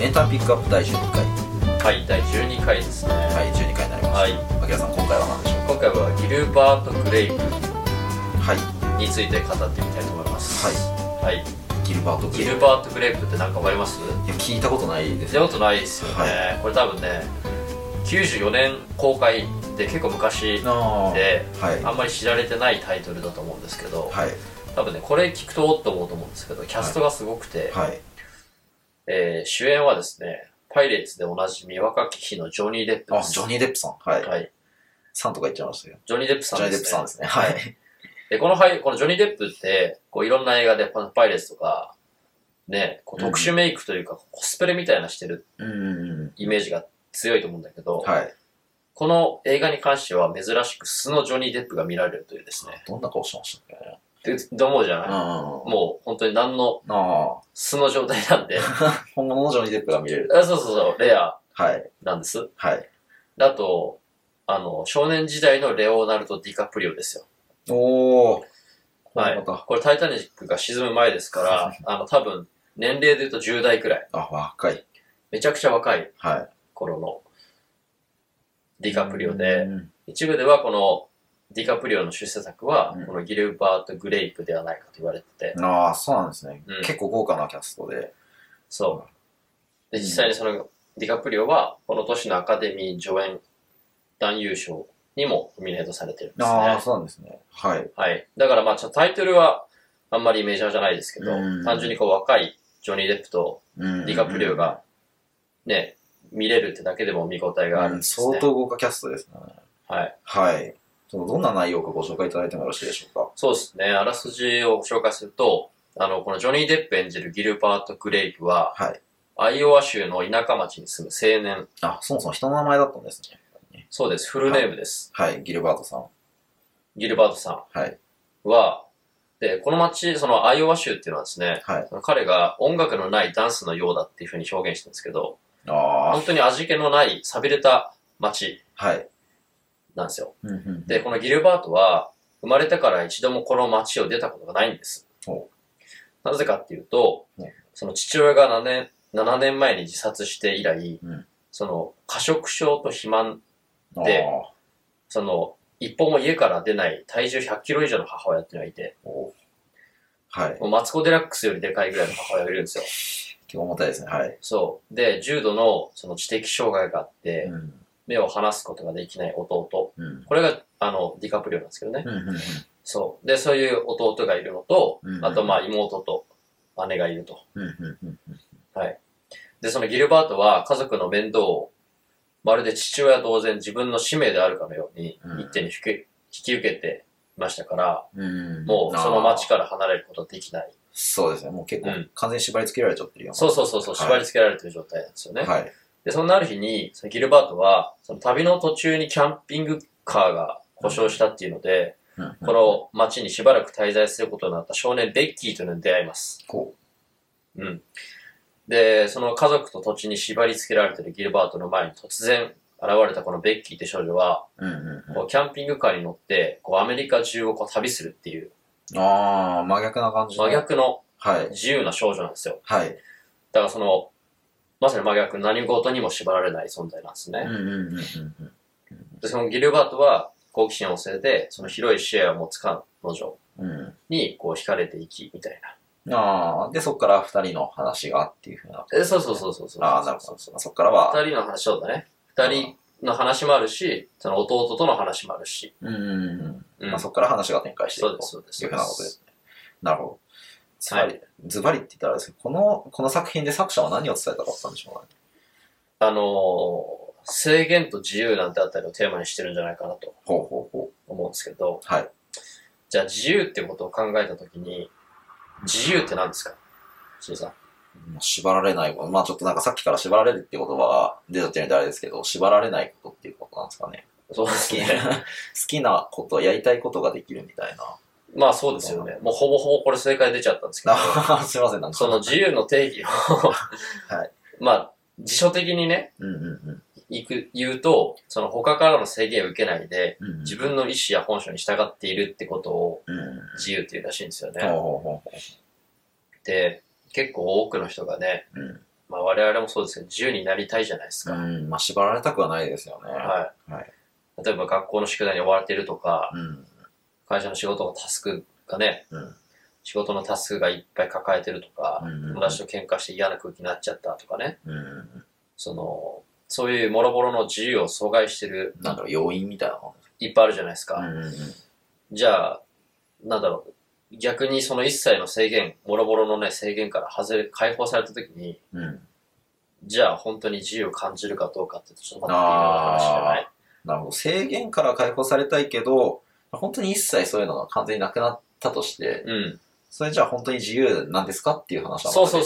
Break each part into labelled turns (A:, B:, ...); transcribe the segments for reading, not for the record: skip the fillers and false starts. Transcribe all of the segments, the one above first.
A: エンタメピックアップ第12回。
B: はい、第12回ですね。
A: はい、12回になりました。
B: はい。
A: あきらさん、今回は何でしょうか？
B: 今回はギルバート・グレイプ
A: はい
B: について語ってみたいと思います。はい。
A: ギルバート・グレイプ。
B: ギルバート・グレイプって何かわかります？
A: いや、聞いたことないです。
B: 聞いたことないですよね。
A: はい、
B: これ多分ね、94年公開で結構昔で、
A: はい、
B: あんまり知られてないタイトルだと思うんですけど、
A: はい、
B: 多分ね、これ聞くとおっと思うと思うんですけど、キャストがすごくて、
A: はい、
B: 主演はですね、パイレーツでおなじみ若き日のジョニー・デップです。
A: ジョニー・デップさん。はい。
B: はい。
A: さんとか言っちゃいましたよ。
B: ジョニー・デップさんですね。
A: ジョニー・デップさんですね。はい。
B: で、このジョニー・デップって、こういろんな映画でパイレーツとか、ね、こう特殊メイクというか、コスプレみたいなしてるイメージが強いと思うんだけど、
A: はい。
B: この映画に関しては珍しく素のジョニー・デップが見られるというですね。
A: どんな顔してましたっけね。
B: って思うじゃない？もう本当に何の素の状態なんで。
A: 本物のジョニー・デップが見れる。
B: そうそうそう、レアなんです。
A: はい。
B: あと、少年時代のレオナルド・ディカプリオですよ。
A: おー。
B: はい。これタイタニックが沈む前ですから、多分、年齢で言うと10代くらい。
A: 若い。
B: めちゃくちゃ若い頃のディカプリオで、一部ではこのディカプリオの出世作は、このギルバート・グレイプではないかと言われてて。
A: そうなんですね。結構豪華なキャストで。
B: そう。で、実際にそのディカプリオは、この年のアカデミー助演男優賞にもノミネートされてるんですね。
A: そうなんですね。はい。
B: はい。だからタイトルはあんまりメジャーじゃないですけど、単純にこう若いジョニー・デップとディカプリオがね、見れるってだけでも見応えがあるんですね。
A: 相当豪華キャストですね。
B: はい。
A: はい。どんな内容かご紹介いただいてもよろしいでしょうか？
B: そうですね。あらすじを紹介すると、このジョニー・デップ演じるギルバート・グレイプは、アイオワ州の田舎町に住む青年。
A: そもそも人の名前だったんですね。
B: そうです。フルネームです。
A: はい、ギルバートさん。
B: ギルバートさんは、で、この町、そのアイオワ州っていうのはですね、彼が音楽のないダンスのようだっていうふうに表現してるんですけど、本当に味気のない寂れた町なんですよ。で、このギルバートは、生まれてから一度もこの町を出たことがないんです。なぜかっていうと、その父親が7年前に自殺して以来、その過食症と肥満で、その一歩も家から出ない体重100キロ以上の母親っていうのがいて、もうマツコ・デラックスよりでかいぐらいの母親がいるんですよ。
A: 結構重たいですね。はい。
B: そう。で、重度のその知的障害があって、目を離すことができない弟。これが、ディカプリオなんですけどね。そう。で、そういう弟がいるのと、あと、妹と姉がいると。はい。で、そのギルバートは家族の面倒を、まるで父親同然自分の使命であるかのように、一手に引き受けていましたから、もうその町から離れることはできない。
A: そうですね。もう結構完全に縛り付けられちゃってるような。
B: そう、縛り付けられてる状態なんですよね。で、そんなある日に、そのギルバートは、その旅の途中にキャンピングカーが故障したっていうので、この町にしばらく滞在することになった少年ベッキーというのに出会います。で、その家族と土地に縛り付けられているギルバートの前に突然現れたこのベッキーって少女は、こうキャンピングカーに乗って、こうアメリカ中をこう旅するっていう。
A: 真逆な感じ。
B: 真逆の自由な少女なんですよ。だからその、まさに真逆、何事にも縛られない存在なんですね。で、そのギルバートは好奇心旺盛で、その広い視野を持つ彼女にこう惹かれていき、みたいな。
A: で、そこから二人の話がっていうふうな。
B: そう。
A: なるほど。そこからは。
B: 二人の話、そうだね。二人の話もあるし、その弟との話もあるし。
A: そこから話が展開していく
B: と
A: いうふうなことですね。なるほど。ズバリって言ったらですけど、この作品で作者は何を伝えたかったんでしょうかね。
B: 制限と自由なんてあたりをテーマにしてるんじゃないかなと思うんですけど、じゃあ自由ってことを考えたときに、自由って何ですか？シーさん。
A: 縛られないこと。ちょっとなんかさっきから縛られるって言葉が出ちゃってるんであれですけど、縛られないことっていうことなんですかね。
B: そうですね。
A: 好きなこと、やりたいことができるみたい
B: な。そうですよね。もうほぼほぼこれ正解出ちゃったんですけど。
A: すいません、なんか。
B: その自由の定義を辞書的にね、言うと、その他からの制限を受けないで、自分の意思や本性に従っているってことを自由っていうらしいんですよね。で、結構多くの人がね、 まあ我々もそうですけど、自由になりたいじゃないですか。
A: まあ縛られたくはないですよね。
B: はい。はい、例えば学校の宿題に追われているとか、会社の仕事のタスクがね、仕事のタスクがいっぱい抱えてるとか、友達と喧嘩して嫌な空気になっちゃったとかね、そういう諸々の自由を阻害してる。
A: なんだろう、要因みたいなもの
B: いっぱいあるじゃないですか。じゃあ、なんだろう、逆にその一切の制限、諸々のね、制限から解放されたときに、じゃあ本当に自由を感じるかどうかってちょっとまた微妙な話じゃない？
A: なるほど。制限から解放されたいけど、本当に一切そういうのが完全になくなったとして、それじゃあ本当に自由なんですかっていう話は
B: そう。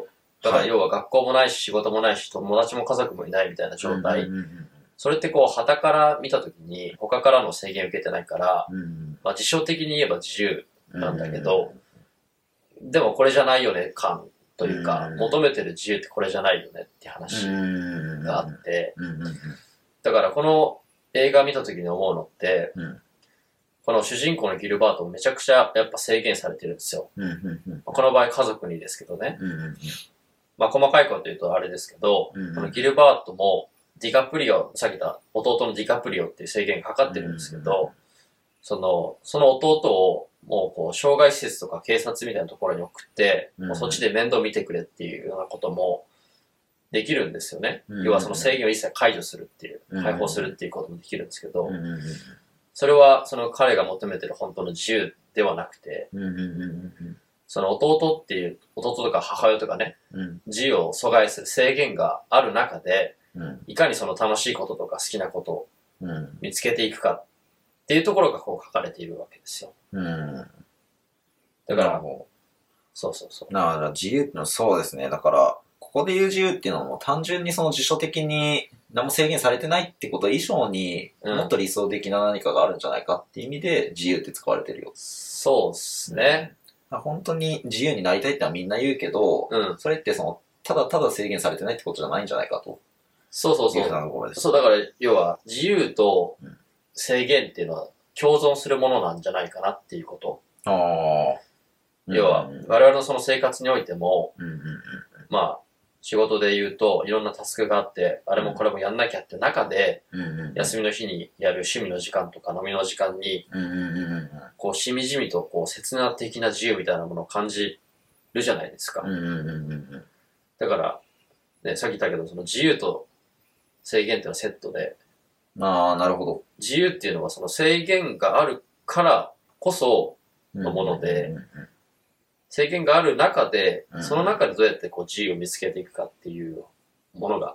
B: だから要は学校もないし仕事もないし友達も家族もいないみたいな状態。それってこう傍から見たときに他からの制限を受けてないから、まあ事象的に言えば自由なんだけど、でもこれじゃないよね感というか、求めてる自由ってこれじゃないよねって話があって、だからこの映画見たときに思うのって、この主人公のギルバートもめちゃくちゃやっぱ制限されてるんですよ。この場合家族にですけどね。まあ細かいこと言うとあれですけど、このギルバートもディカプリオ、さっき言った弟のディカプリオっていう制限がかかってるんですけど、その弟をもうこう障害施設とか警察みたいなところに送って、もうそっちで面倒見てくれっていうようなこともできるんですよね。要はその制限を一切解除するっていう、解放するっていうこともできるんですけど、それはその彼が求めてる本当の自由ではなくて、その弟っていう、弟とか母親とかね、自由を阻害する制限がある中で、いかにその楽しいこととか好きなことを見つけていくかっていうところがこう書かれているわけですよ。だからもう、そう。
A: だから自由ってのはそうですね。だから、ここで言う自由っていうのはもう単純にその辞書的に何も制限されてないってこと以上に、もっと理想的な何かがあるんじゃないかっていう意味で自由って使われてるよ。
B: そうですね。
A: 本当に自由になりたいってのはみんな言うけど、それってその、ただただ制限されてないってことじゃないんじゃないかと。
B: そう、だから要は自由と制限っていうのは共存するものなんじゃないかなっていうこと。要は我々のその生活においても、まあ仕事で言うといろんなタスクがあって、あれもこれもやんなきゃって中で、休みの日にやる趣味の時間とか飲みの時間に、こうしみじみとこう刹那的な自由みたいなものを感じるじゃないですか。だから、ね、さっき言ったけど、その自由と制限っていうのはセットで。
A: なるほど。
B: 自由っていうのはその制限があるからこそのもので、制限がある中で、その中でどうやってこう自由を見つけていくかっていうものが、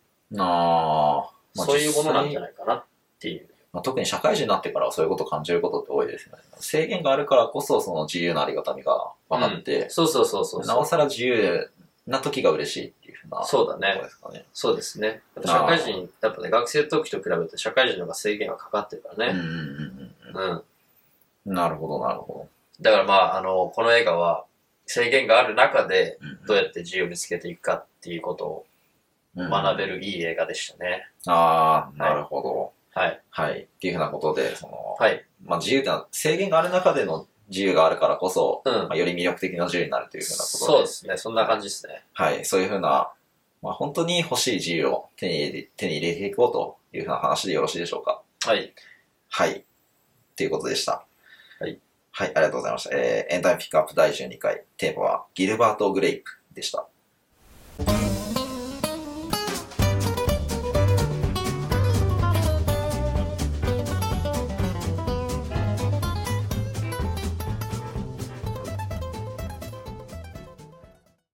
B: そういうものなんじゃないかなっていう。
A: 特に社会人になってからはそういうことを感じることって多いですね。制限があるからこそその自由なありがたみが分かって、なおさら自由な時が嬉しいっていうふうな、
B: そうだね。そうですね。社会人、やっぱね、学生の時と比べて社会人の方が制限がかかってるからね。
A: なるほど。
B: だからまあ、この映画は制限がある中でどうやって自由を見つけていくかっていうことを学べるいい映画でしたね。
A: なるほど。
B: はい。
A: っていうふうなことで、まあ自由ってのは制限がある中での自由があるからこそ、より魅力的な自由になるというふうなことで。
B: そうですね。そんな感じですね。
A: そういうふうな、まあ本当に欲しい自由を手に入れていこうというふうな話でよろしいでしょうか。ということでした。ありがとうございました。エンタメピックアップ第12回、テーマはギルバート・グレイプでした。